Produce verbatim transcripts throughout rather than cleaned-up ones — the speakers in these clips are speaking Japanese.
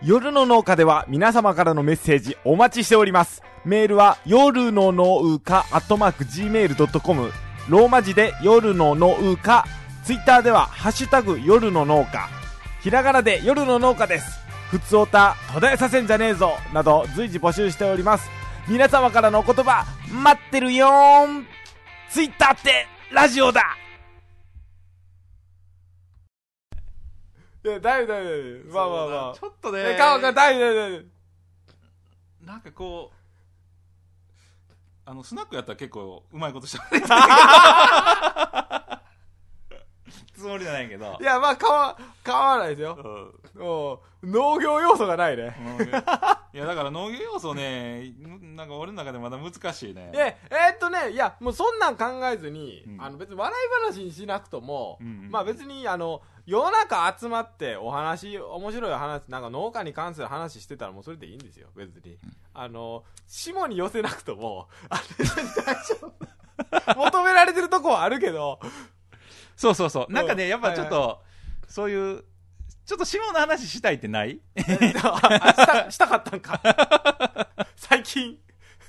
夜の農家では皆様からのメッセージお待ちしております。メールは夜の農家アットマーク ジーメールドットコム、 ローマ字で夜の農家。ツイッターではハッシュタグ夜の農家、ひらがなで夜の農家です。ふつおた途絶えさせんじゃねえぞなど随時募集しております。皆様からのお言葉待ってるよーん。ツイッターってラジオだ。いや、だいぶだいぶまあまあまあちょっとね顔がだいぶだいぶだいぶなんかこうあのスナックやったら結構うまいことしたつもりじゃないけど、 いやまあ変わ変わらないですよ、 うん、 お農業要素がないね。 いやだから農業要素ね、なんか俺の中でまだ難しいね。 ええー、っとねいやもうそんなん考えずに、うん、あの別に笑い話にしなくとも、うんうん、まあ別にあの夜中集まってお話面白い話なんか農家に関する話してたらもうそれでいいんですよ別に、うん、あの下に寄せなくともあれ大丈夫求められてるとこはあるけどそうそうそうなんかねやっぱちょっと、はいはい、そういうちょっと下の話したいってないしたしたかったんか最近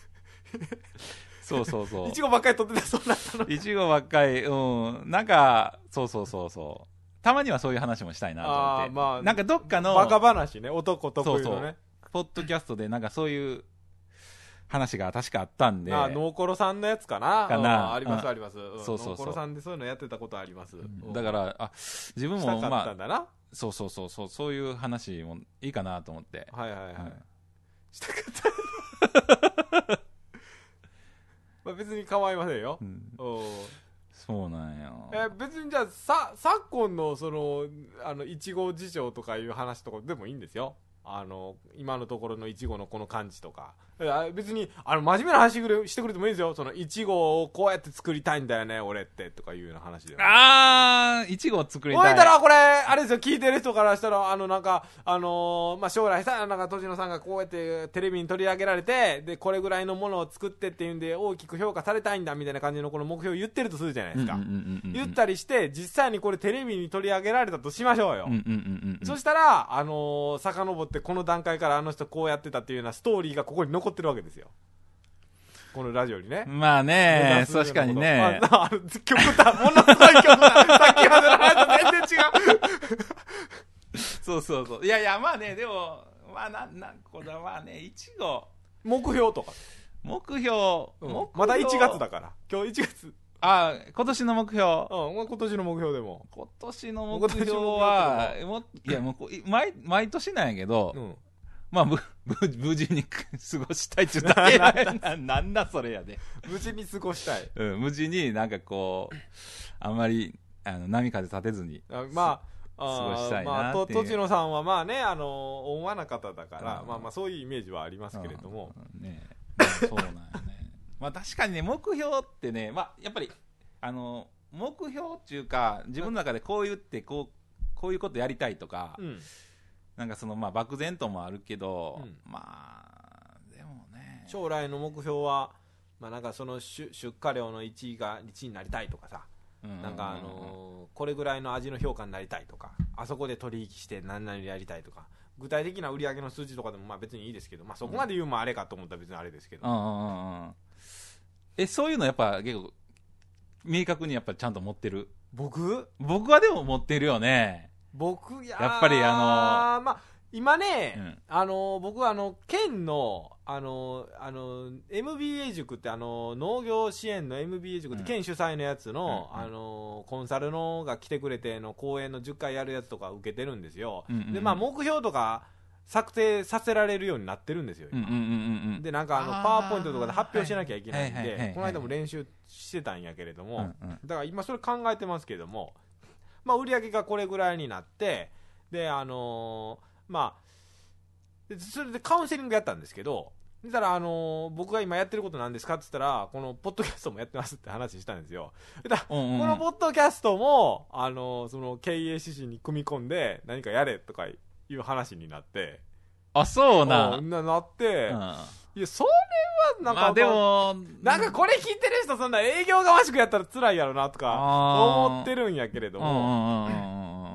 そうそうそういちごばっかり取ってたそうなったのいちごばっかりうんなんかそうそうそうそうたまにはそういう話もしたいなと思って。あ、まあ、なんかどっかのバカ話ね男特有のねそうそうポッドキャストでなんかそういう話が確かあったんで、 あノーコロさんのやつかなかなありますあります、 うん、そうそうそうノーコロさんでそういうのやってたことあります、うん、 だからあ自分もしたかったんだな、まあ、 そうそうそうそうそういう話もいいかなと思ってはいはいはい、うん、したかったまあ別に構いませんよ、うん、おそうなんよ。 え別にじゃあさ昨今のそのあのいちご事情とかいう話とかでもいいんですよ。あの今のところのいちごのこの感じとか別にあの真面目な話してくれてもいいですよ。そのいちごをこうやって作りたいんだよね俺ってとかいうような話で。 あーいちごを作りたい。 おいたらこれあれですよ聞いてる人からしたらあのなんかあのー、まあ将来さなんか栃野さんがこうやってテレビに取り上げられてでこれぐらいのものを作ってっていうんで大きく評価されたいんだみたいな感じのこの目標を言ってるとするじゃないですか。言ったりして実際にこれテレビに取り上げられたとしましょうよ。うんうんうんうん、そしたらあのー、遡ってこの段階からあの人こうやってたっていうようなストーリーがここに残ってるわけですよ。このラジオにね。 まあね確かにね。 ああ極端ものすごい極端さっきまでの話と全然違うそうそうそういやいやまあねでもまあなんなんこだまあねいちご目標とか目標、うん、目標まだいちがつだから今日いちがつあ今年の目標うん今年の目標でも今年の目標はもいやもう毎毎年なんやけど、うんまあ、無無事に過ごしたいって言ったらな, なんだそれやで無事に過ごしたい、 うん、無事になんかこうあんまりあの波風立てずにあまあ過ごしたいなっていう、まあ、と栃野さんはまあねあの温和な方だから、まあまあそういうイメージはありますけれども、 うんねまあ、そうなんよねまあ確かにね目標ってね、まあ、やっぱりあの目標っていうか自分の中でこう言ってこうこういうことやりたいとか、うんなんかそのまあ漠然ともあるけど、うん、まあでもね将来の目標はまあなんかその出荷量のいちいがいちいになりたいとかさ、うんうんうんうん、なんかあのー、これぐらいの味の評価になりたいとかあそこで取引して何々やりたいとか具体的な売り上げの数字とかでもまあ別にいいですけど、まあ、そこまで言うもあれかと思ったら別にあれですけど、うんうんうんうん、 えそういうのやっぱ結構明確にやっぱりちゃんと持ってる僕僕はでも持ってるよね僕ややっぱりあのー、 まあ今ね、うん、あのー、僕はあの県のあのー、あのー、エムビーエー 塾ってあのー、農業支援の エムビーエー 塾って県主催のやつの、うん、あのー、コンサルのが来てくれての講演のじゅっかいやるやつとか受けてるんですよ、うんうんうん、でまあ目標とか策定させられるようになってるんですよ今、うんうんうんうん、でなんかあのパワーポイントとかで発表しなきゃいけないんで、はいはいはいはい、この間も練習してたんやけれども、うんうん、だから今それ考えてますけどもまあ、売り上げがこれぐらいになってであのー、まあでそれでカウンセリングやったんですけどそしたら、あのー、僕が今やってることなんですかって言ったらこのポッドキャストもやってますって話したんですよだ、うんうんうん、このポッドキャストも、あのー、その経営指針に組み込んで何かやれとかいう話になってあそうなな, なって、うんいやそれはなんか、 まあ、でもなんかこれ聞いてる人そんな営業がましくやったら辛いやろなとか思ってるんやけれども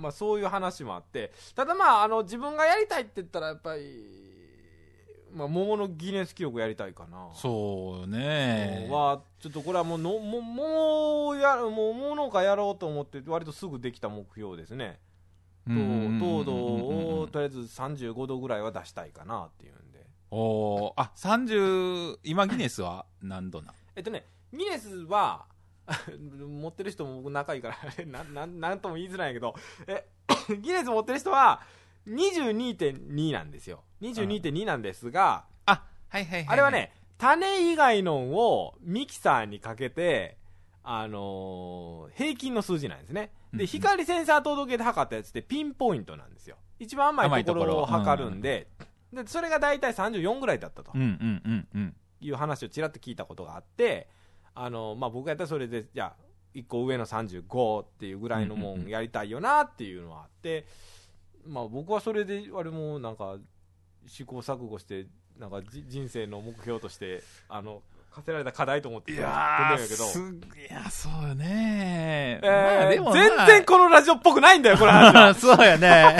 まあそういう話もあって、ただまああの自分がやりたいって言ったらやっぱり、まあ桃のギネス記録やりたいかな。 そうね。 はちょっとこれはもうのももやもう桃農家やろうと思って割とすぐできた目標ですね。糖度をとりあえずさんじゅうごどぐらいは出したいかなっていうんで。 おー、あ、さんじゅう、今ギネスは何度な？ えっとね、ギネスは持ってる人も僕仲いいからなななんとも言いづらいんやけど、えギネス持ってる人は にじゅうにてんに なんですよ。にじゅうにてんに なんですが、 あ、はいはいはい、はい、 あれはね、種以外のをミキサーにかけて、あのー、平均の数字なんですね。で、光センサー届けで測ったやつってピンポイントなんですよ。一番甘いところを測るんで、でそれが大体さんじゅうよんぐらいだったと、 うんうんうんうん、 いう話をちらっと聞いたことがあって、あのーまあ、僕がやったらそれで、じゃあ、いっこ上のさんじゅうごっていうぐらいのもんやりたいよなっていうのはあって、まあ、僕はそれで、あれもなんか、試行錯誤して、なんか人生の目標として、あの、課せられた課題と思っていややってんだけど。 いや、そうよね、 えーまあでもまあ、 全然このラジオっぽくないんだよ、これ話。 そうやね。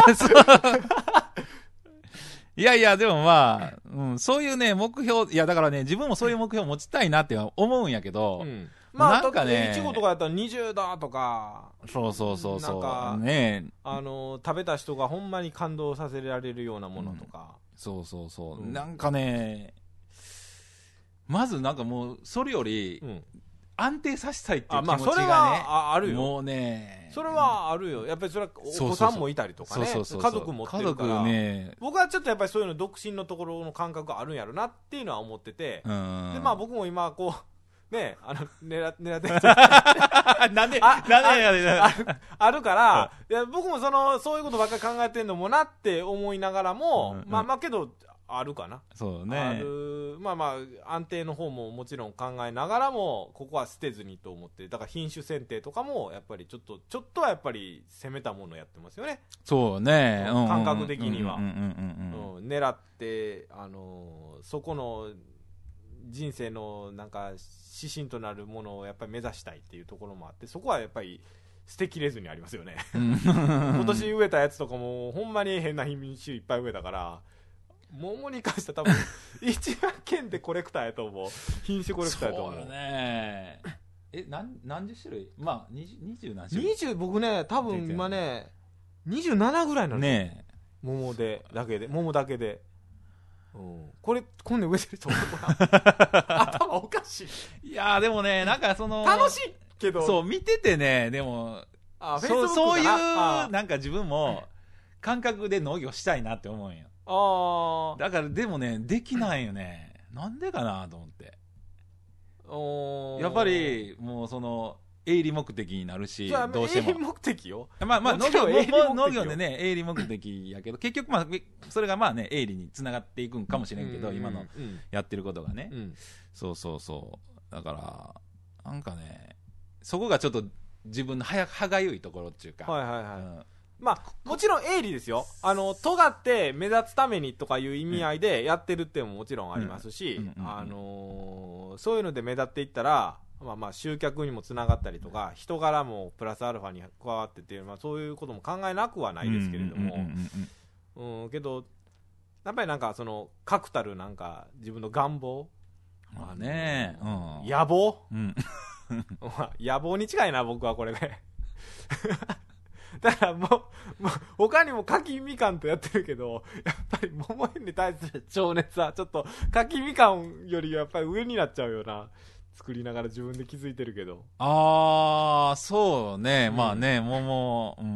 いやいや、でもまあ、うん、そういうね、目標、いやだからね、自分もそういう目標を持ちたいなって思うんやけど、うん、 まあ、なんかね、いちごとかやったらにじゅうだとか、 そうそうそうそう、 なんか、 ね、 あの、食べた人がほんまに感動させられるようなものとか。うん、 そうそうそう、うん、なんかね、まずなんかもう、それより、うん、安定させたいっていう気持ちがね、あ、まあ、それはあ, あるよ。 もうね、 それはあるよ。やっぱりそれはお子さんもいたりとかね、家族も持ってるから、ね、僕はちょっとやっぱりそういうの独身のところの感覚があるんやろなっていうのは思ってて、うん、でまあ僕も今こうね、あの狙狙ってなんでなんでやねんあ, あるから、いや僕もそのそういうことばっかり考えてんのもなって思いながらも、うんうん、まあまあけど。あるかな。 そうね。 ある、まあまあ安定の方ももちろん考えながらもここは捨てずにと思って、だから品種選定とかもやっぱりちょっとちょっとはやっぱり攻めたものをやってますよね。 そうね。 感覚的には狙ってあのー、そこの人生のなんか指針となるものをやっぱり目指したいっていうところもあって、そこはやっぱり捨てきれずにありますよね。今年植えたやつとかもほんまに変な品種いっぱい植えたから。桃に関しては多分一番県でコレクターやと思う。品種コレクターやと思う。 そうね。え、何何十種類？まあ二十二十何種類？ 二十僕ね多分今ね二十七ぐらいなのね。 桃でだけで桃だけで。うん、これ今度植えてる人頭おかしい。いやーでもねなんかその楽しいけどそう見ててねでもあそうそういうなんか自分も感覚で農業したいなって思うんよ。 あだからでもねできないよね。なんでかなと思って。 おやっぱりもうその営利目的になるし、どうしても営利目的よ。 まあまあ農業農業でね営利目的やけど結局まあそれがまあね営利につながっていくんかもしれんけど、うんうんうん、今のやってることがね、うん、そうそうそうだからなんかねそこがちょっと自分の歯がゆいところっていうか。 はいはいはい。うんまあ、もちろん営利ですよ。あの尖って目立つためにとかいう意味合いでやってるっていうのももちろんありますし、あのー、そういうので目立っていったら、まあ、まあ集客にもつながったりとか人柄もプラスアルファに加わってっていう、まあ、そういうことも考えなくはないですけれども、うんけどやっぱりなんかその確たるなんか自分の願望、 まあね、 うん、野望、 うん、 野望に近いな僕はこれねだからもう、もう他にも柿みかんとやってるけど、やっぱり桃園に対する情熱はちょっと柿みかんよりやっぱり上になっちゃうような作りながら自分で気づいてるけど。 ああそうね、うん、まあね桃、うん、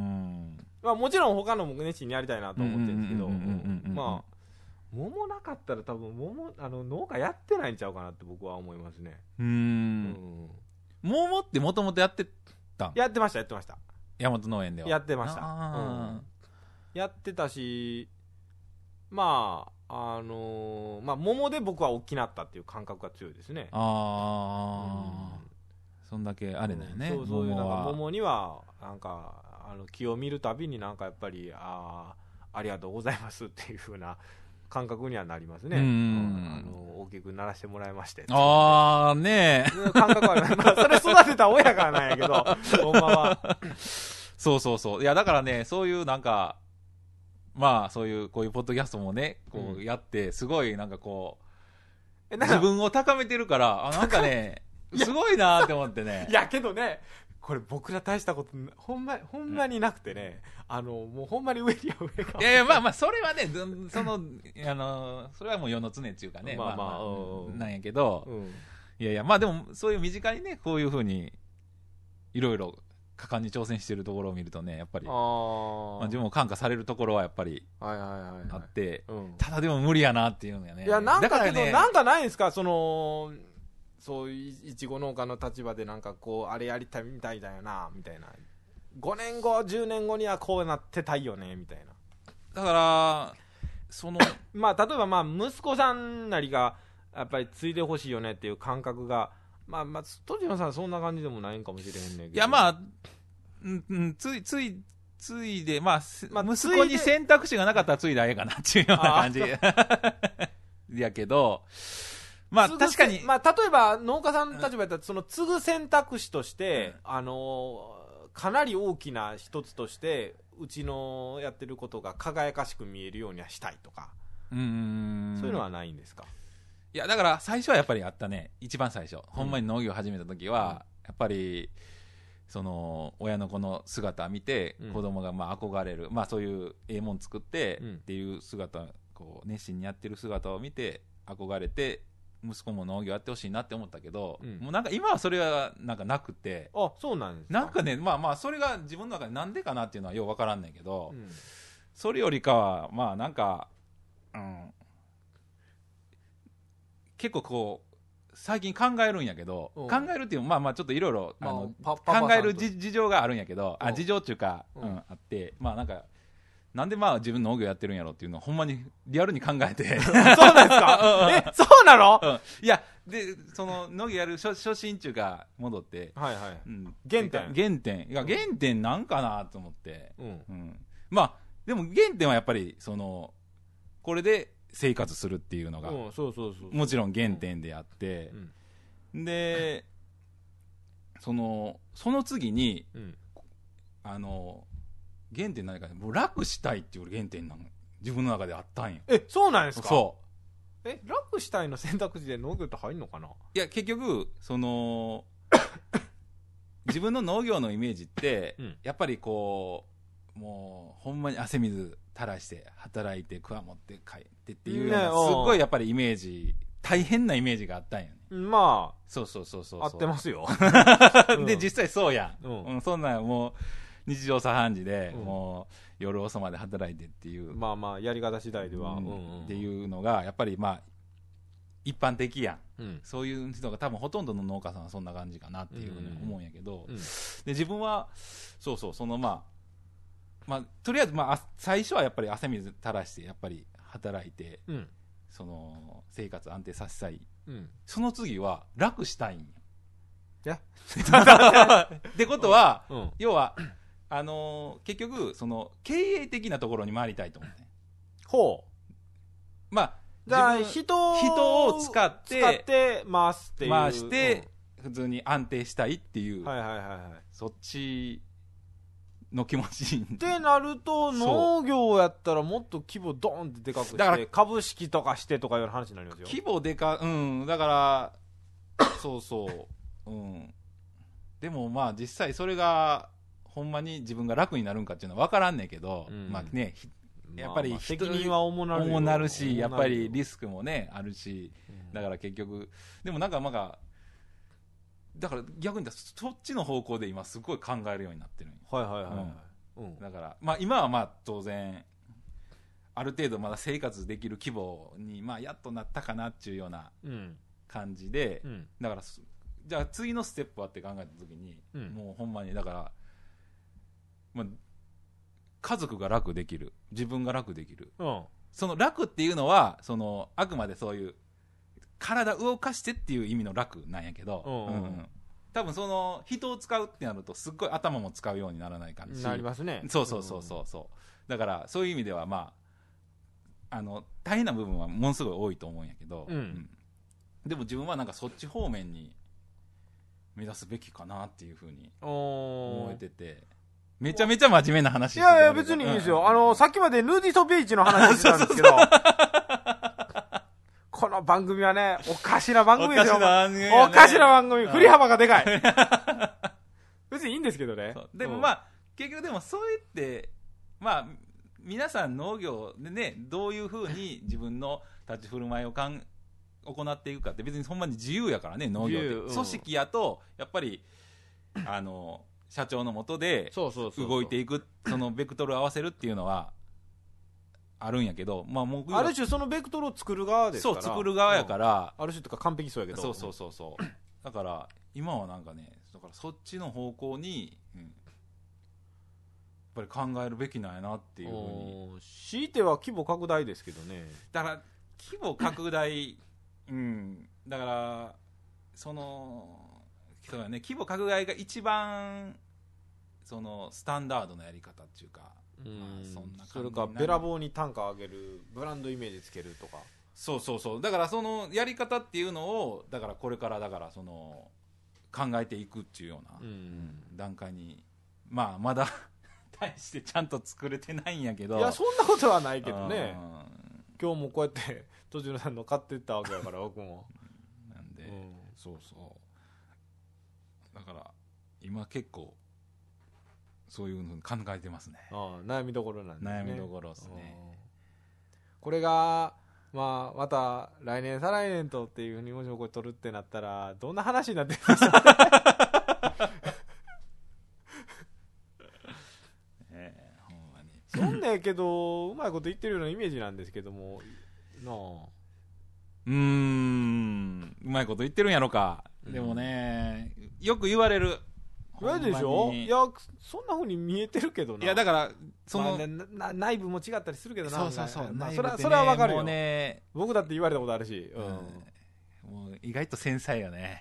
まあもちろん他のも熱心にやりたいなと思ってるんですけど、まあ桃なかったら多分桃あの農家やってないんちゃうかなって僕は思いますね。 うーん、うん、桃ってもともとやってたん？ やってましたやってました。 大和農園ではやってました、うん、やってたしまああのー、まあ桃で僕は大きなったっていう感覚が強いですね。 ああ、うん、そんだけあれだよね、 うん、そうそういうなんか桃にはなんかあの木を見るたびになんかやっぱりあありがとうございますっていう風な感覚にはなりますね。うん、うん、あの大きく鳴らしてもらいまして。 ああねえ。 感覚は、まあ、それ育てた親からなんやけど、ほんまは。 そうそうそう。いや、だからね、そういうなんか、まあ、そういう、こういうポッドキャストもね、こうやって、すごいなんかこう、自分を高めてるから、あ、なんかね、すごいなーって思ってね。 いや、けどね、これ僕ら大したこと、ほんま、ほんまになくてね、うん、あの、もうほんまに上には上が。 いやいや、まあまあ、それはね、その、あの、それはもう世の常っていうかね、まあまあ、まあまあ、なんやけど、うん、いやいや、まあでも、そういう身近にね、こういうふうに、いろいろ、果敢に挑戦してるところを見るとね、やっぱり、あ、まあ、自分も感化されるところはやっぱりあって、ただでも無理やなっていうのやね。 いや、なんかけど、ね、なんかないんですか、その、そういういちご農家の立場でなんかこう、あれやりたいみたいだよな、みたいな。ごねんご、じゅうねんごにはこうなってたいよね、みたいな。 だから、その、 まあ、例えばまあ、息子さんなりが、やっぱり継いでほしいよねっていう感覚が、まあまあ、戸島さんそんな感じでもないんかもしれへんねんけど。 いやまあ、うんうん、つい、つい、ついで、まあ、まあ、息子に選択肢がなかったらついだらええかなっていうような感じ。やけど、まあ確かに。 まあ例えば農家さんの立場やったら、その継ぐ選択肢として、うん、あのー、かなり大きな一つとして、うちのやってることが輝かしく見えるようにはしたいとか。うーん。そういうのはないんですか？ いや、だから最初はやっぱりあったね。一番最初。うん、ほんまに農業を始めた時は、うん、やっぱり、その、親の子の姿を見て、うん、子供がまあ憧れる。まあそういうええもん作ってっていう姿、こう、熱心にやってる姿を見て、憧れて、息子も農業やってほしいなって思ったけど、うん、もうなんか今はそれはなんかなくて、 あ、そうなんですか。 なんかね、まあまあそれが自分の中でなんでかなっていうのはようわからんねんけど、うん、それよりかはまあなんか、うん、結構こう最近考えるんやけど、考えるっていうのはまあまあちょっといろいろ考える事情があるんやけど、あ、事情っていうか、うん、あって、まあなんか。なんでまあ自分農業やってるんやろっていうのをほんまにリアルに考えてそうなんですかえ、そうなの、 うん、いや、で、その農業やる初初心中が戻って、 はいはい。 うん、 原点原点。いや、原点なんかなと思って、うんうん。まあ、でも原点はやっぱり、その、これで生活するっていうのが、 うん、そうそうそう。 もちろん原点であって、うん、で、その、その次に、うん、あの、原点何かね、もう楽したいっていう原点なの自分の中であったんや。 え、そうなんですか？ そうえ、楽したいの選択肢で農業って入るのかな？ いや結局その自分の農業のイメージって、うん、やっぱりこうもうほんまに汗水垂らして働いてクワ持って帰ってっていうような、ね、すっごいやっぱりイメージ大変なイメージがあったんやね。 まあそうそうそうそう合ってますよで実際そうやん、うんうん、そんなんもう日常茶飯事で、うん、もう夜遅まで働いてっていうまあまあやり方次第では、うんうん、っていうのがやっぱりまあ一般的やん、うん、そういう人が多分ほとんどの農家さんはそんな感じかなっていうふうに思うんやけど、うんうん、で自分はそうそうそのまあまあとりあえずまあ最初はやっぱり汗水垂らしてやっぱり働いて、うん、その生活安定させたい、うん、その次は楽したいんやってことは、うん、要はあのー、結局その経営的なところに回りたいと思うね。 ほうまあじゃあ人人を使って使って回すっていう回して普通に安定したいっていう、 はいはいはいはい、 そっちの気持ちってなると農業やったらもっと規模ドーンってでかくして株式とかしてとかいう話になりますよ。 規模でかうんだからそうそううんでもまあ実際それがほんまに自分が楽になるんかっていうのは分からんねんけど、うん、まあねやっぱり、まあ、 責任は重なる重なるしやっぱりリスクもねあるし、うん、だから結局でもなんかまあだから逆にそっちの方向で今すごい考えるようになってるんよ。 はいはいはい、はいうん、だからまあ今はまあ当然ある程度まだ生活できる規模にまあやっとなったかなっていうような感じで、うん、だからじゃあ次のステップはって考えた時に、うん、もうほんまにだから、まあ、家族が楽できる自分が楽できる、うん、その楽っていうのはそのあくまでそういう体動かしてっていう意味の楽なんやけど、うんうん、多分その人を使うってなるとすっごい頭も使うようにならない感じなりますね。 そうそうそうそうそう、うん、だからそういう意味ではまああの大変な部分はものすごい多いと思うんやけど、うんうん、でも自分はなんかそっち方面に目指すべきかなっていうふうに思えてて、 めちゃめちゃ真面目な話していやいや、別にいいですよ。うん、あの、さっきまでヌーディストビーチの話してたんですけど、この番組はね、おかしな番組ですよ。おかしな番組、ね、おかしな番組。振り幅がでかい。別にいいんですけどね。 でもまあ、うん、結局でもそう言って、まあ、皆さん農業でね、どういうふうに自分の立ち振る舞いをかん行っていくかって別にほんまに自由やからね、農業って。うん、組織やと、やっぱり、あの、社長の下で動いていく、そのベクトルを合わせるっていうのはあるんやけど、まあもうある種そのベクトルを作る側ですから。 そう、作る側やから、 うん、ある種とか完璧そうやけど。 そうそうそうそう。だから今はなんかね、だからそっちの方向に、うん、やっぱり考えるべきなんやなっていうふうに。 強いては規模拡大ですけどね。 だから規模拡大、うん、だからそのそうやね、規模拡大が一番そのスタンダードなやり方っていうか、 うん、まあ、そんな感じ。それかべらぼうに単価上げる、ブランドイメージつけるとか。 そうそうそう。だからそのやり方っていうのをだからこれからだからその考えていくっていうような、うん、段階に、まあまだ対してちゃんと作れてないんやけど。 いやそんなことはないけどね。今日もこうやって途中のさんの買ってったわけだから僕も。 なんで、うん、そうそう。だから今結構そういうの考えてますね。 ああ、悩みどころなんですね。 悩みどころですね。 これがまあまた来年再来年とっていうふうにもしもこれ取るってなったらどんな話になってるんですかね。えー、ほんまに。そんねえけどうまいこと言ってるようなイメージなんですけどもなあ。 うーん、うまいこと言ってるんやろか。でもね、よく言われる。 言われるでしょ。いやそんな風に見えてるけどな。 いやだからその、 まあ、内部も違ったりするけどな。 そうそうそう。 まあ、それはそれはわかるよ。ね、僕だって言われたことあるし。うん。 もう意外と繊細よね。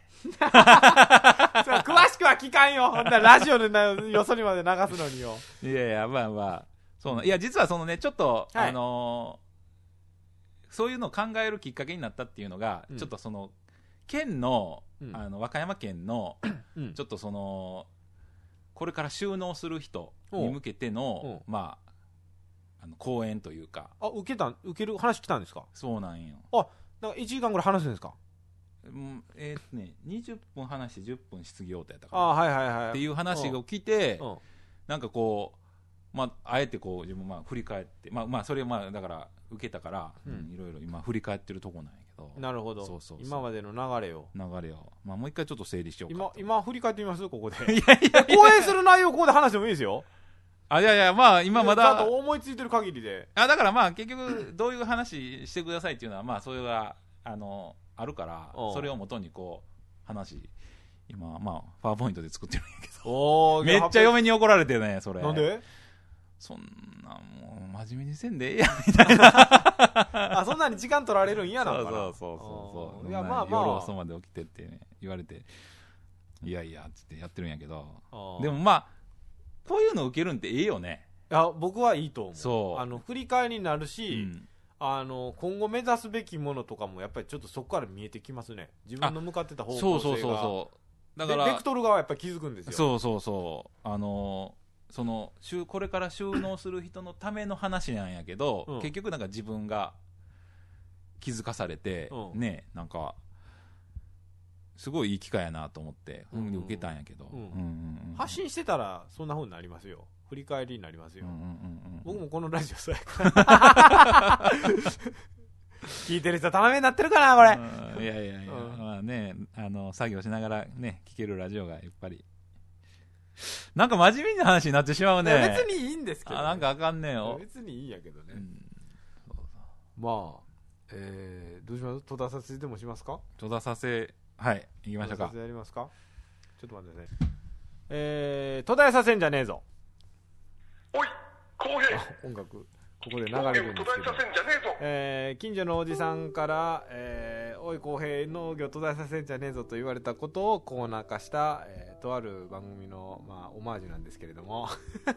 詳しくは聞かんよ。ほんならラジオでよそにまで流すのによ。 いやいやまあまあそうな。いや実はそのねちょっと、はい、あのー、そういうのを考えるきっかけになったっていうのが、うん、ちょっとその県の、うん、あの和歌山県の、うん、ちょっとそのこれから就農する人に向けてのまああの講演というか。 あ、受けた受ける話来たんですか。 そうなんよ。 あ、だからいちじかんぐらい話すんですか。 うん、えー、っとねにじゅっぷん話してじゅっぷん質疑応答やったから。 あ、はいはいはい。 っていう話が来て、なんかこうまああえてこう自分まあ振り返ってまあまあそれまあだから受けたから、うん、いろいろ今振り返ってるとこなんやけど。 なるほど。そうそうそう、今までの流れを流れをまあもう一回ちょっと整理しようか。 今今振り返ってみますここで。 いやいや講演する内容ここで話してもいいですよ。 あ、いやいやまあ今まだ。 ちゃんと思いついてる限りで。 あ、だからまあ結局どういう話してくださいっていうのはまあそれがあのあるからそれをもとにこう話今まあパワーポイントで作ってるんやけど。おめっちゃ嫁に怒られてねそれ。 なんで？ そんなもう真面目にせんでええやみたいな。 あ、そんなに時間取られるんやなんかな。 そうそうそうそう。いやまあまあ夜遅まで起きてって、ね、言われていやいやっつってやってるんやけど。でもまあこういうの受けるんってええよね。 いや僕はいいと思う。 そうあの振り返りになるし、うん、あの今後目指すべきものとかもやっぱりちょっとそこから見えてきますね。自分の向かってた方向性が。 そうそうそうそうだからベクトルがやっぱり気づくんですよ。 そうそうそうあのそのこれから就農する人のための話なんやけど、うん、結局なんか自分が気づかされて、うん、ねなんかすごいいい機会やなと思って本に受けたんやけど、 発信してたらそんな風になりますよ。振り返りになりますよ、うんうんうんうん、僕もこのラジオそうやから聞いてる人ためになってるかなこれ。 いやいやいや、うん、まあねあの作業しながらね聞けるラジオがやっぱりなんか真面目な話になってしまうね。 別にいいんですけど、ね、 あなんかあかんねえよ。 別にいいんやけどね、うん、そうそうまあ、えー、どうします？戸田させでもしますか？ 戸田させはい行きましょうか。戸田させやりますか？ちょっと待ってください。えー、戸田屋させんじゃねえぞ。 おい公平音楽ここで流れるんですけど、えー、近所のおじさんから、えー、おい公平農業途絶えさせんじゃねえぞと言われたことをコーナー化した、えー、とある番組の、まあ、オマージュなんですけれども、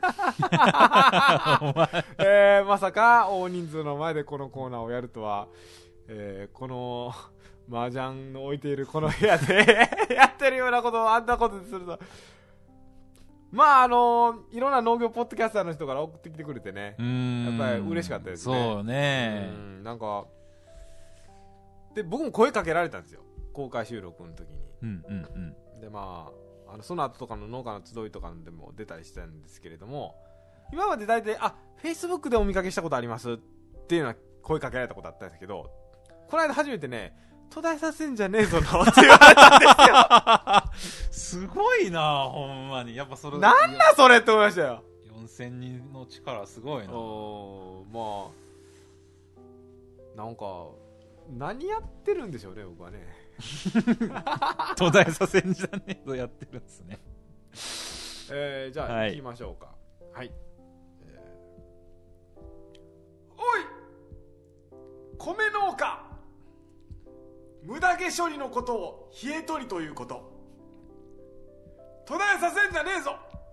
えー、まさか大人数の前でこのコーナーをやるとは、えー、この麻雀の置いているこの部屋でやってるようなことをあんなことでするとまああのいろんな農業ポッドキャスターの人から送ってきてくれてね、 うーんやっぱり嬉しかったですね。 そうね、 うんなんかで僕も声かけられたんですよ、公開収録の時に。 うんうんうんでまあ、あのその後とかの農家の集いとかでも出たりしたんですけれども、今まで大体あフェイスブックでお見かけしたことありますっていうのは声かけられたことあったんですけど、この間初めてね途絶えさせんじゃねえぞなって言われたんですよすごいなほんまに。やっぱそれなんだそれって思いましたよ。 よんせんにんの力すごいな。 おまあなんか何やってるんでしょうね僕はね途絶えさせんじゃねえぞやってるんですね。 えー、じゃあ、 はい行きましょうか。はい、えー、おい米農家、無駄毛処理のことを冷え取りということ、途絶えさせんじゃねえぞ。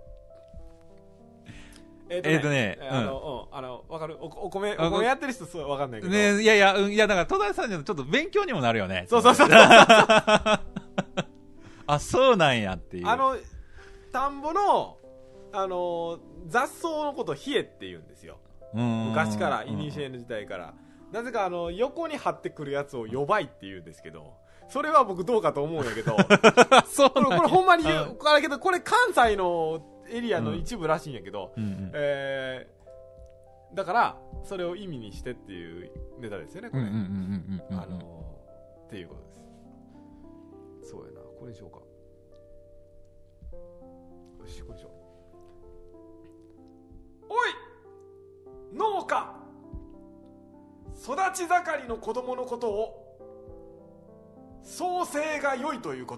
えーとね、 えーとねあの、うん、あの、わかるお、お米、お米やってる人すごいわかんないけど。 ねいやいや、うんいやだから戸田さんじゃちょっと勉強にもなるよね。 そうそうそうそうあ、そうなんやっていう。 あの、田んぼの、あの、雑草のことを冷えって言うんですよ。昔から、イニシエの時代から。なぜかあの、横に張ってくるやつを予売って言うんですけど、それは僕どうかと思うんやけど、 そうこれ、これほんまに言う、 うんあれけど、これ関西のエリアの一部らしいんやけど、 うんうんえー、だからそれを意味にしてっていうネタですよねこれ。 うんうんうんうんうんあのー、っていうことです。そうやな、これにしようか。よし、これにしよう。おい農家、育ち盛りの子供のことを創生が良いということ、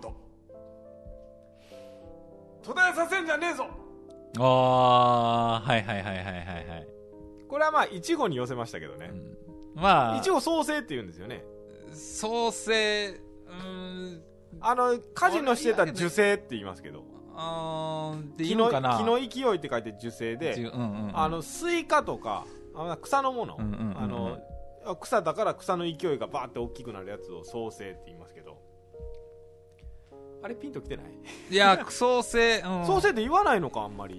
途絶えさせんじゃねえぞ。 あーはいはいはいはいはいはいこれはまあいちごに寄せましたけどね、 うん、まあいちご創生って言うんですよね。 創生うーんあの家事のしてた受精って言いますけど、 あーってい木のうのかな。 木の勢いって書いて受精で、 うんうんうん、 あのスイカとかあの草のもの、 うんうんうんうん、 あの草だから草の勢いがバーって大きくなるやつを創生って言いますけど、あれピンときてない？ いや創生、うん、 創生って言わないのかあんまり。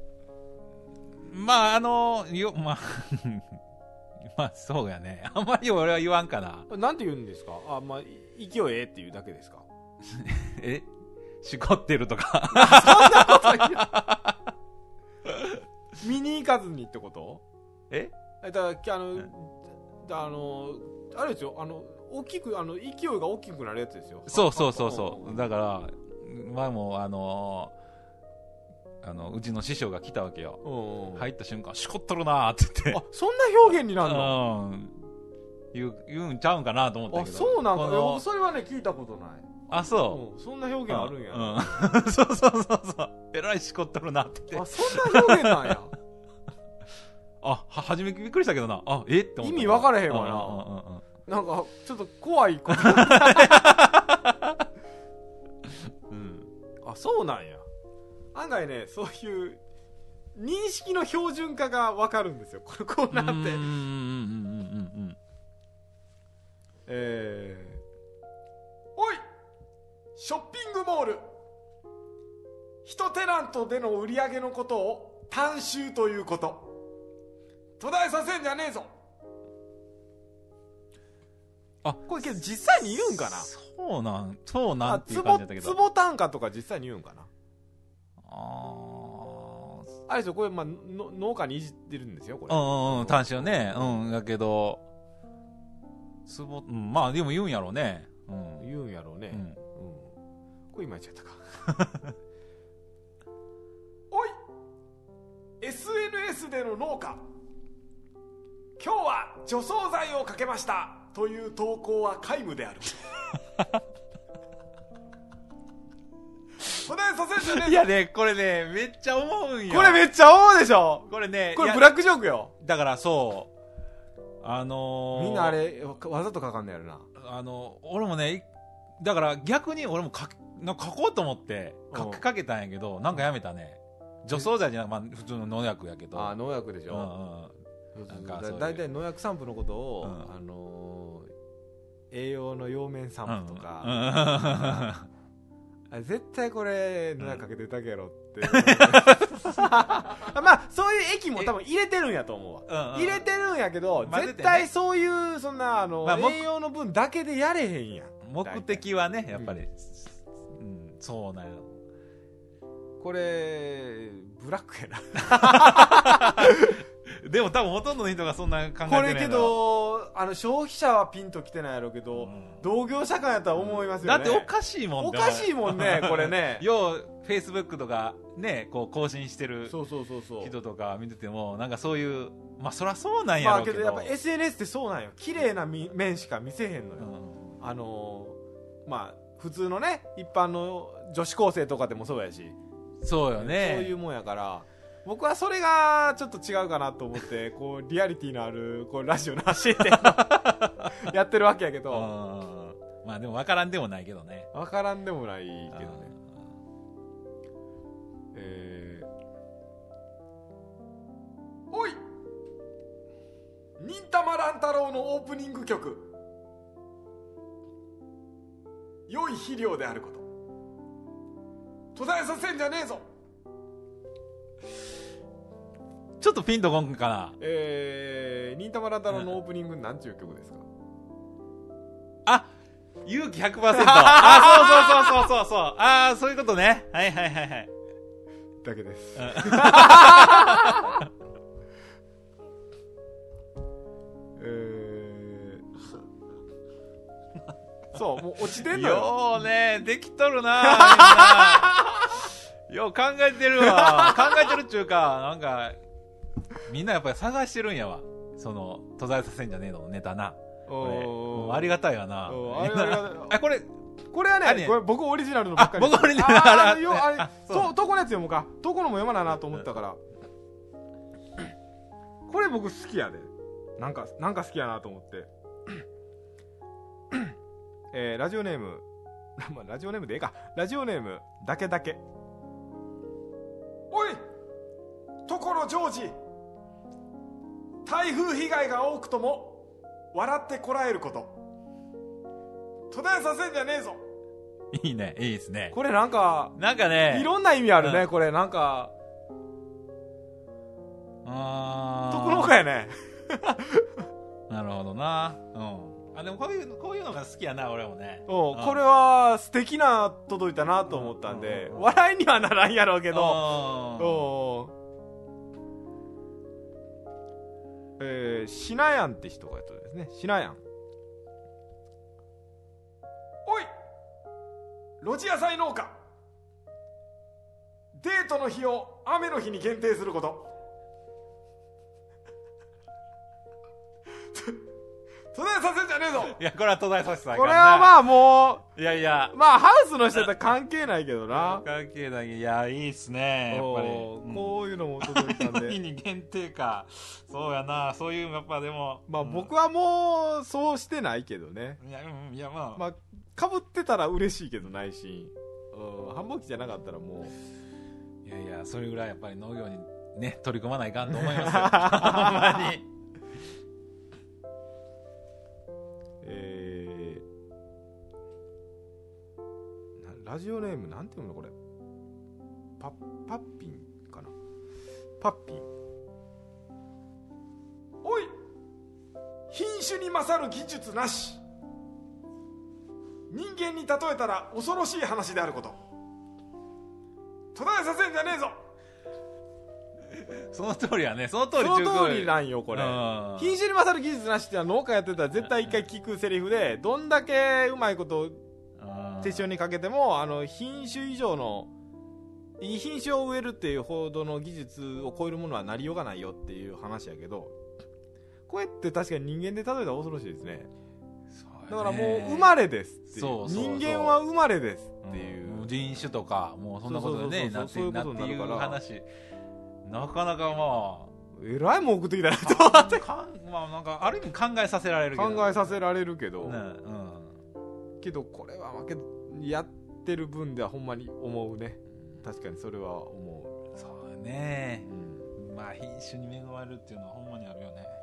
まああのよまあまあそうやね、あんまり俺は言わんかな。 なんて言うんですか？あ、まあ勢いええっていうだけですか？ えしこってるとかそんなこと言う見に行かずにってこと？ えだからあの、あのあれですよ、あの大きくあの勢いが大きくなるやつですよ。 そうそうそうそう、だから前もあのあのうちの師匠が来たわけよ、うんうん、入った瞬間しこっとるなーって言って、 あそんな表現になるの？ うん言う、言うんちゃうんかなと思ったけど。 あそうなんか、僕それはね聞いたことない。 あそう、 うん、そんな表現あるんや、 うんうん、そうそうそうそうえらいしこっとるなって言って、 あそんな表現なんやあは初めびっくりしたけどな、あえって思った。 意味分からへんわな、 うんうんうんうん、 なんかちょっと怖いことうん、あそうなんや。案外ねそういう認識の標準化が分かるんですよこのコーナーって。うんうんうんうんうんえー、おいショッピングモール、一テナントでの売り上げのことを単収ということ、途絶えさせんじゃねえぞ。あこれけど実際に言うんかな。 そうなんそうなんっていう感じだったけど、 坪単価とか実際に言うんかな。 ああれですよこれ、まあ、の農家にいじってるんですよこれ。 うんうんうん単収ね、うんだけど坪、うん、まあでも言うんやろうね、うん、 言うんやろうね、うんうん、これ今言っちゃったかおい エスエヌエス での農家、今日は除草剤をかけましたという投稿は皆無である途絶えさせんじゃねえ。 いやねこれねめっちゃ思うんよ。 これめっちゃ思うでしょ。 これねこれブラックジョークよ。 だからそうあのー、 みんなあれわざとかかんねやろな。 あの俺もねだから逆に俺も書書こうと思って書きかけたんやけどなんかやめたね。除草剤じゃなく、まあ、普通の農薬やけど。 あ農薬でしょ、うんうん、なんかだいたい農薬散布のことを、うん、あのー、栄養の葉面散布とか、うんうん、ああ絶対これ布かけてたけろって、うん、まあそういう液も多分入れてるんやと思うわ、うんうん、入れてるんやけど、ね、絶対そういうそんなあの、まあ、栄養の分だけでやれへんやん。 目的はねやっぱり、うんうん、そうなんよ。 これブラックやなでも多分ほとんどの人がそんな考えてない。 これけどあの消費者はピンときてないやろうけど、うん、同業者間やったら思いますよね、 だっておかしいもん。 おかしいもんねこれねようフェイスブックとかねこう更新してるそうそうそうそう人とか見ててもなんかそういうまあそりゃそうなんやろうけど、まあ、けどやっぱ エスエヌエス ってそうなんよ。綺麗な面しか見せへんのよ、うん、あのー、まあ普通のね一般の女子高生とかでもそうやし、 そうよね、 そういうもんやから僕はそれがちょっと違うかなと思ってこうリアリティのあるこうラジオの発信ってやってるわけやけど、 まあでも分からんでもないけどね。 分からんでもないけどね。えー、おい忍たま乱太郎のオープニング曲良い肥料であること途絶えさせんじゃねえぞ。 ちょっとピンとこんかな。 えー、忍たま乱太郎のオープニングなんていう曲ですか。 あ、勇気 ひゃくパーセント あ、そうそうそうそうそうそうあーそういうことね。はいはいはいはいだけです、うん、えー、そうもう落ちてんのよ。 ようねできとるなみんなよう考えてるわ考えてるっちゅうかなんかみんなやっぱり探してるんやわ。その途絶えさせんじゃねえのネタな。これありがたいわな。あこれこれはね、これ僕オリジナルのばっかり。 僕オリジナルああよあれととこのやつ読もうか。とこのも読まななと思ったから。これ僕好きやで。なんかなんか好きやなと思って。えー、ラジオネームラジオネームでええか。ラジオネームだけだけ。おいところジョージ。台風被害が多くとも笑ってこらえること途絶えさせんじゃねえぞ。 いいねいいですね。 これなんかなんかねいろんな意味あるね、うん、これなんかあところかやねなるほどな。うんあでもこういうこういうのが好きやな俺もね。 お、うん、これは素敵な届いたなと思ったんで、うん、笑いにはならんやろうけどおえー、シナヤンって人がやったですね。シナヤン。おい路地野菜農家デートの日を雨の日に限定すること途絶えさせんじゃねえぞ。 いやこれは途絶えさせたらあかんな。これはまあもういやいやまあハウスの人だったら関係ないけどな関係ない。いやいいっすねやっぱり、 うん、こういうのも届いたんで日に限定か。そうやなそういうやっぱでもまあ、うん、僕はもうそうしてないけどね。 いや、うん、いやまあまあかぶってたら嬉しいけどないし、うん、繁忙期じゃなかったらもういやいやそれぐらいやっぱり農業にね取り組まないかんと思いますよほんまに。 えー、ラジオネームなんていうのこれパパッピンかな。パッピン。おい品種に勝る技術なし人間に例えたら恐ろしい話であること途絶えさせんじゃねえぞ。 その通りやね。その通りその通りなんよこれ。品種に勝る技術なしってのは農家やってたら絶対一回聞くセリフでどんだけうまいこと手塩にかけてもあの品種以上のいい品種を植えるっていうほどの技術を超えるものはなりようがないよっていう話やけどこうやって確かに人間で例えたら恐ろしいですね。だからもう生まれですっていう。そうそうそう人間は生まれですっていう、 うん、人種とかもうそんなことでねなってなっていう話なかなかまあえらいもん送ってきたなと思ってまあなんかある意味考えさせられるけど考えさせられるけど、ねうん、 けどこれはやってる分ではほんまに思うね。確かにそれは思う。 そうね、うん、まあ品種に恵まれるっていうのはほんまにあるよね、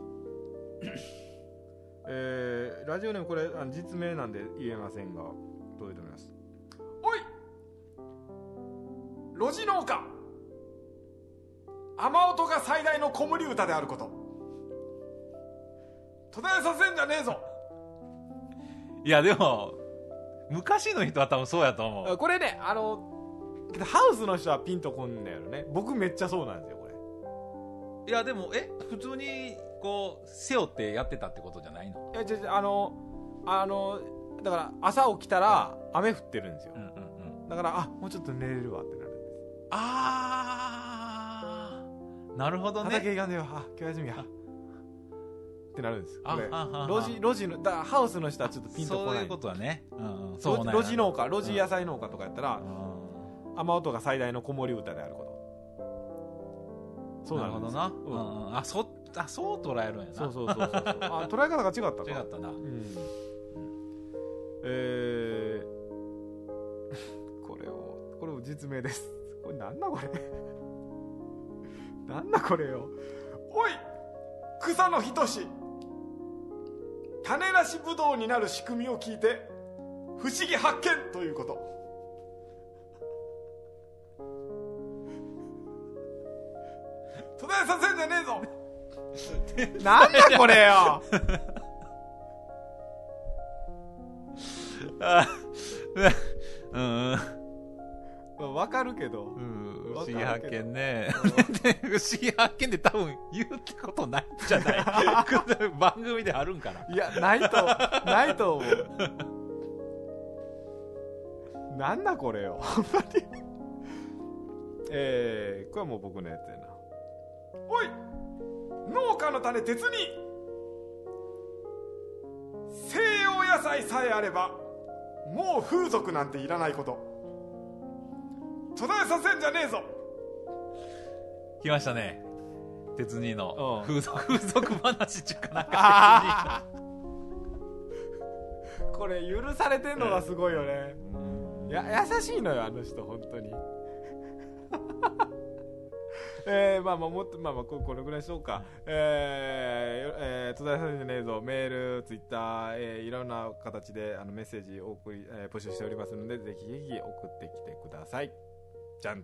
うんえー、ラジオネームこれあの実名なんで言えませんが、 届いております。おい路地農家、雨音が最大の子守歌であること、途絶えさせんじゃねえぞ。 いやでも昔の人は多分そうやと思う。 これね、あのハウスの人はピンとこんねやろね。僕めっちゃそうなんですよこれ。 いやでもえ普通にこう背負ってやってたってことじゃないの？ いや違う違う、あのあのだから朝起きたら雨降ってるんですよ、うんうんうん、だからあもうちょっと寝れるわってなるんです。 あーなるほどね。 畑行かんでよ、あ今日休みやってなるんです。これあ路地路地のだからハウスの人はちょっとピンとこない。 そういうことはね、うんうん、 そうなんや。路地農家、路地野菜農家とかやったら、うん、雨音が最大の子守歌であること。そうなんです。なるほどな、うんうん、 あそあそう捉えるんやな。 そうそうそうそうあ捉え方が違ったか。 違ったな、うん、 えー、これをこれを実名です。これなんだこれなんだこれよ。おい草のひとし、種なしぶどうになる仕組みを聞いて不思議発見ということ。途絶えさせんじゃねえぞなんだこれよあうんわかるけど、うん、 不思議発見ね不思議発見で多分言うってことないんじゃない番組であるんかな。 いやないとないと思うなんだこれよほんまにえー、これはもう僕のやつやな。おい農家の種鉄に、西洋野菜さえあればもう風俗なんていらないこと。途絶えさせんじゃねえぞ。 来ましたね、鉄人の風俗、風俗話中かなんかこれ許されてんのがすごいよね、うん、や優しいのよあの人本当にえー、まあまあもっとまあまあこれぐらいしようか。えー、えー、途絶えさせんじゃねえぞ、メール、ツイッター、えー、いろんな形であのメッセージを送り、えー、募集しておりますので、ぜひぜひ送ってきてください。じゃんと。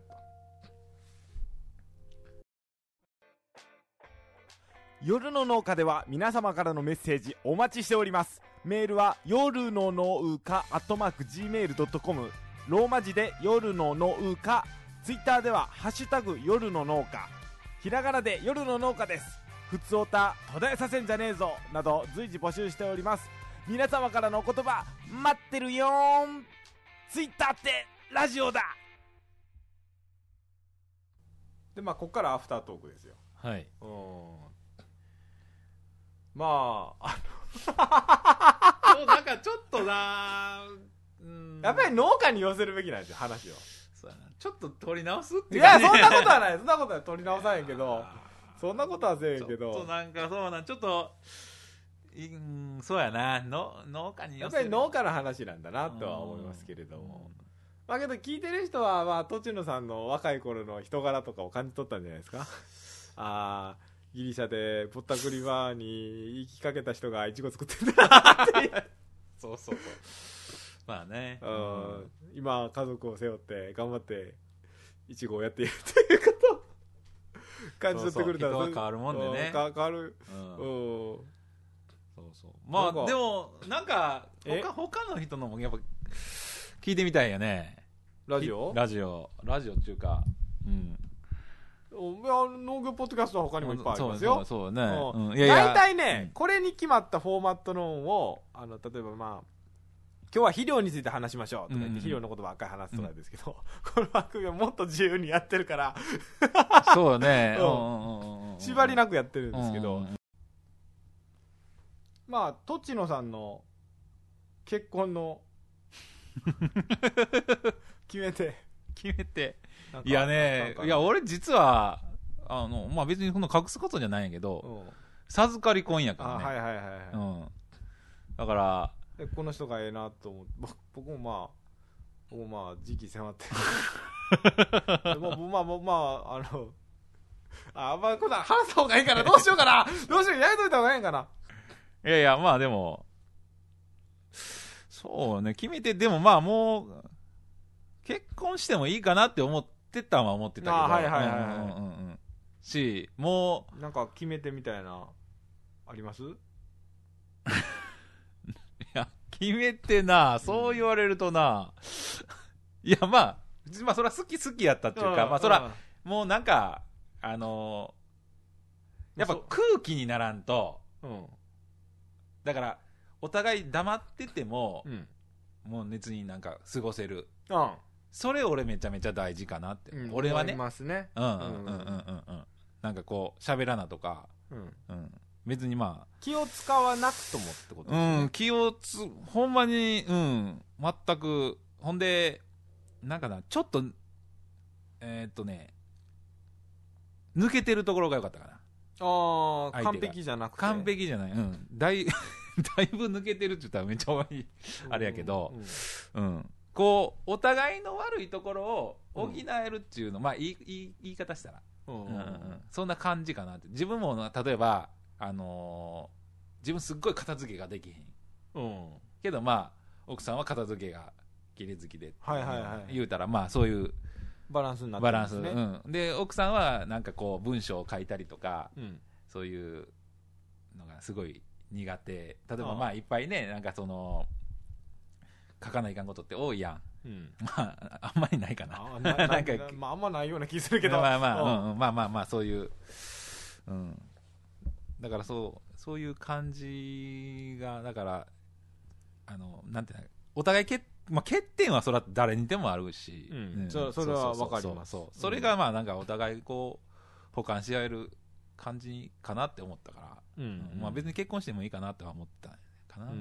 夜の農家では皆様からのメッセージお待ちしております。メールは夜の農家アットマーク ジーメールドットコム、 ローマ字で夜の農家。ツイッターではハッシュタグ夜の農家、ひらがなで夜の農家です。ふつおた、途絶えさせんじゃねえぞなど随時募集しております。皆様からのお言葉待ってるよーん。ツイッターってラジオだ。でまあここからアフタートークですよ。 はい。 うん、まああのそうなんかちょっとな、 うん、やっぱり農家に寄せるべきなんですよ話を。 ちょっと取り直すっていうか、ね、いやそんなことはないそんなことは取り直さへんけどそんなことはせえへんけど、 ちょっとなんかそうなんちょっといんそうやなの農家にやっぱり農家の話なんだなとは思いますけれども、まあけど聞いてる人はまあ栃野さんの若い頃の人柄とかを感じ取ったんじゃないですかあギリシャでぼったくりバーに行きかけた人がイチゴ作ってんだなってそうそうそうまあね、 うん、今家族を背負って頑張ってイチゴをやっているということを感じ取ってくれたら、 そうそう人は変わるもんでね、 変わる、うん、 そうそうまあでもなんか他他の人のもやっぱ聞いてみたいよね。 ラジオラジオラジオっていうか、うんいや農業ポッドキャストは他にもいっぱいありますよ。 そうそうそうね、 うんうん、いやいや大体ね、うん、これに決まったフォーマットのをあの例えばまあ今日は肥料について話しましょうとか言って、うん、肥料のことばっかり話すとかですけど、うん、この番組はもっと自由にやってるからそうね、 うん、縛りなくやってるんですけど、うん、まあ栃野さんの結婚の決めて決めていやねいや俺実はあのまあ別にその隠すことじゃないんやけど、うん、授かり婚やからね。 あはいはいはいはい、 うん、だからでこの人がええなと思って僕もまあ僕もまあ時期迫ってでもまあまあまああのああんまりこんな話した方がいいかなどうしようかなどうしようやめといた方がいいんかな。 いやいやまあでもそそうね、決めて、でもまあもう、結婚してもいいかなって思ってたんは思ってたけど、 あはいはいはいはい、 うんうんうん、し、もう、なんか決めてみたいな、あります？いや、決めてな、そう言われるとな、うん、いやまあ、まあそら好き好きやったっていうか、うん、まあそら、もうなんか、あのー、やっぱ空気にならんと、うん、だから、お互い黙ってても、うん、もう熱になんか過ごせる、うん、それ俺めちゃめちゃ大事かなって、うん、俺はね、思いますね、うんうんうんうんうん、なんかこう喋らなとか、うんうん、別にまあ気を使わなくともってことですね、 うん、気をつほんまに、うん、全く、ほんでなんかな、ちょっとえー、っとね抜けてるところが良かったかな。 ああ、完璧じゃなくて。 完璧じゃない。うん。だい、だいぶ抜けてるって言ったらめっちゃ悪い、あれやけど、うん、うんうん。こう、お互いの悪いところを補えるっていうの、うん、まあ、いい、いい言い方したら、うんうんうん、そんな感じかなって。自分も、例えば、あのー、自分すっごい片付けができへん。うん。けど、まあ、奥さんは片付けが綺麗好きで、 はいはいはい。 言うたら、まあ、そういう、 バランスになってるんですね。 バランス、うん、で奥さんはなんかこう文章を書いたりとか、うん、そういうのがすごい苦手。例えばまあいっぱいね、なんかその書かないかんことって多いやん、うん、まああんまりないかな。 あななんかまああんまないような気するけど、 まあまあ、うんうん、まあまあまあそういう、うん、だからそうそういう感じが、だからあのなんていうの、お互い欠まあ、欠点はそれは誰にでもあるし、 うんうん、そ, それは分かります。 そうそうそう、それがまあなんかお互いこう補完し合える感じかなって思ったから、うんうんうん、まあ、別に結婚してもいいかなとは思ったかな、うんうんうん、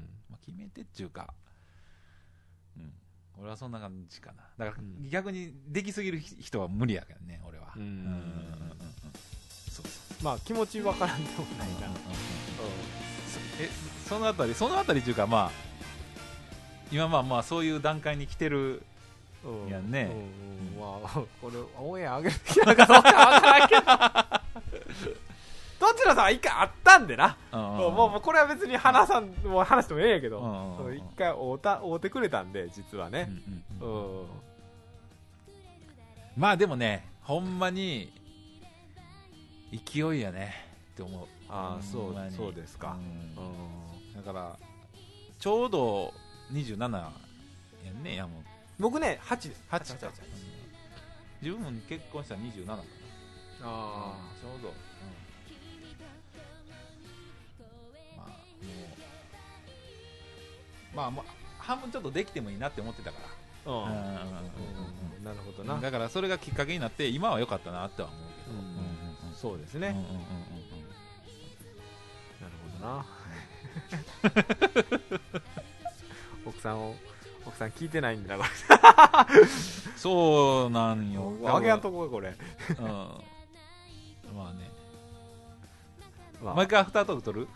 まあ、決めてっていうか、うん、俺はそんな感じかな。だから逆にできすぎる人は無理やけどね、俺は。うんうんうんうん、 そうそう、まあ気持ち分からんでもないな、うんうんうん、 えそのあたりそのあたりっていうか、まあ今まあまあそういう段階に来てるやんね、 うんうんうん、まあこれオンエア上げる気なんかどうか分からんけどどちらさんは一回あったんでな、うんうんうん、もうもうこれは別に話さんもう話してもええんやけど、うんうんうん、一回会うた会うてくれたんで実はね、うんうんうん、 まあでもね、ほんまに勢いやねって思う。 ああ、そうそうですか、 うんうん、だからちょうどにじゅうななやんね、やもん。 僕ねはちです。 はちか、うん、自分も結婚したらにじゅうななかな。ああ、ちょうど、うん、まあもうまあまあ半分ちょっとできてもいいなって思ってたから、うんうんうんうんうん、 なるほどな。 だからそれがきっかけになって今は良かったなっては思うけど、うんうんうん、そうですね、うんうんうんうん、なるほどな奥さんを奥さん聞いてないんだこれそうなんよ。 あげやんとここれ、うん、 まあね、まあ、毎回アフタートーク取る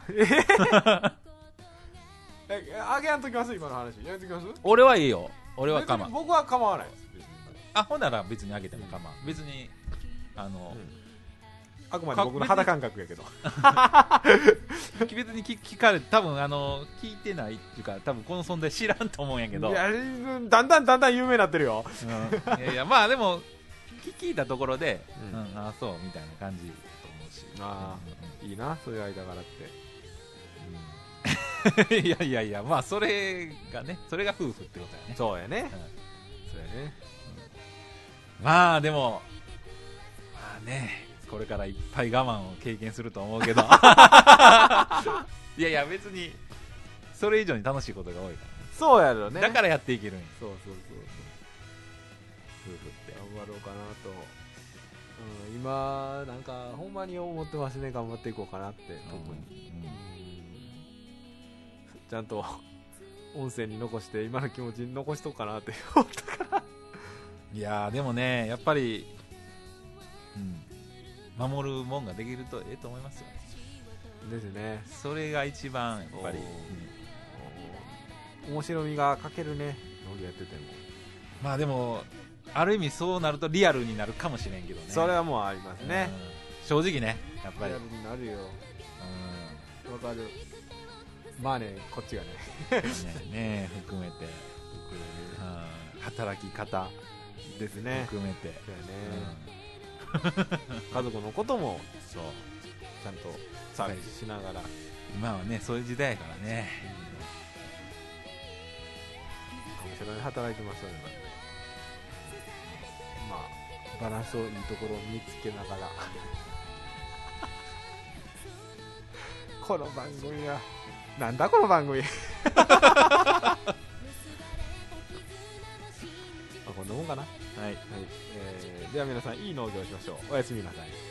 えあげやんときます。今の話やめときます。 俺はいいよ、俺は構わない。 僕は構わないです。 あ、ほんなら別にあげても構わん、うん、別にあの、うん、 あくまで僕の肌感覚やけど別に聞, 聞かれて多分あの聞いてないっていうか、多分この存在知らんと思うんやけど、いやだんだんだんだん有名になってるよ、 うん、いやいやまあでも聞いたところで、うんうん、ああそうみたいな感じだと思うし、 あ、うん、いいなそういう間柄って、うん、いやいやいや、まあそれがね、それが夫婦ってことやね。 そうやね、うん、そうやね、 うん、まあでもまあね、これからいっぱい我慢を経験すると思うけどいやいや別にそれ以上に楽しいことが多いから、ね、 そうやろね。 だからやっていけるんや。 そうそうそうそう、夫婦って頑張ろうかなと、うん、今なんかほんまに思ってますね。頑張っていこうかなって、特に、うんうん、ちゃんと音声に残して今の気持ちに残しとくかなって思ったからいやでもね、やっぱり、うん、守るもんができるとええと思いますよ。 ですね。 それが一番やっぱり、 うん、面白みが欠けるね、農業やってても。 まあでもある意味そうなるとリアルになるかもしれんけどね。 それはもうありますね、 うん、正直ね、やっぱりリアルになるよ。わ、うん、かる。 まあねこっちがねねね含めて、うん、働き方ですね含めて、 そうやね、うん、家族のこともそうちゃんとサービスしながら、 今はねそういう時代やからね、 うん、面白いに働いてますよね。まあバランスをいいところを見つけながらこの番組はなんだこの番組あこんなもんかな。はい、はい、えー、では皆さんいい農業をしましょう。おやすみなさい。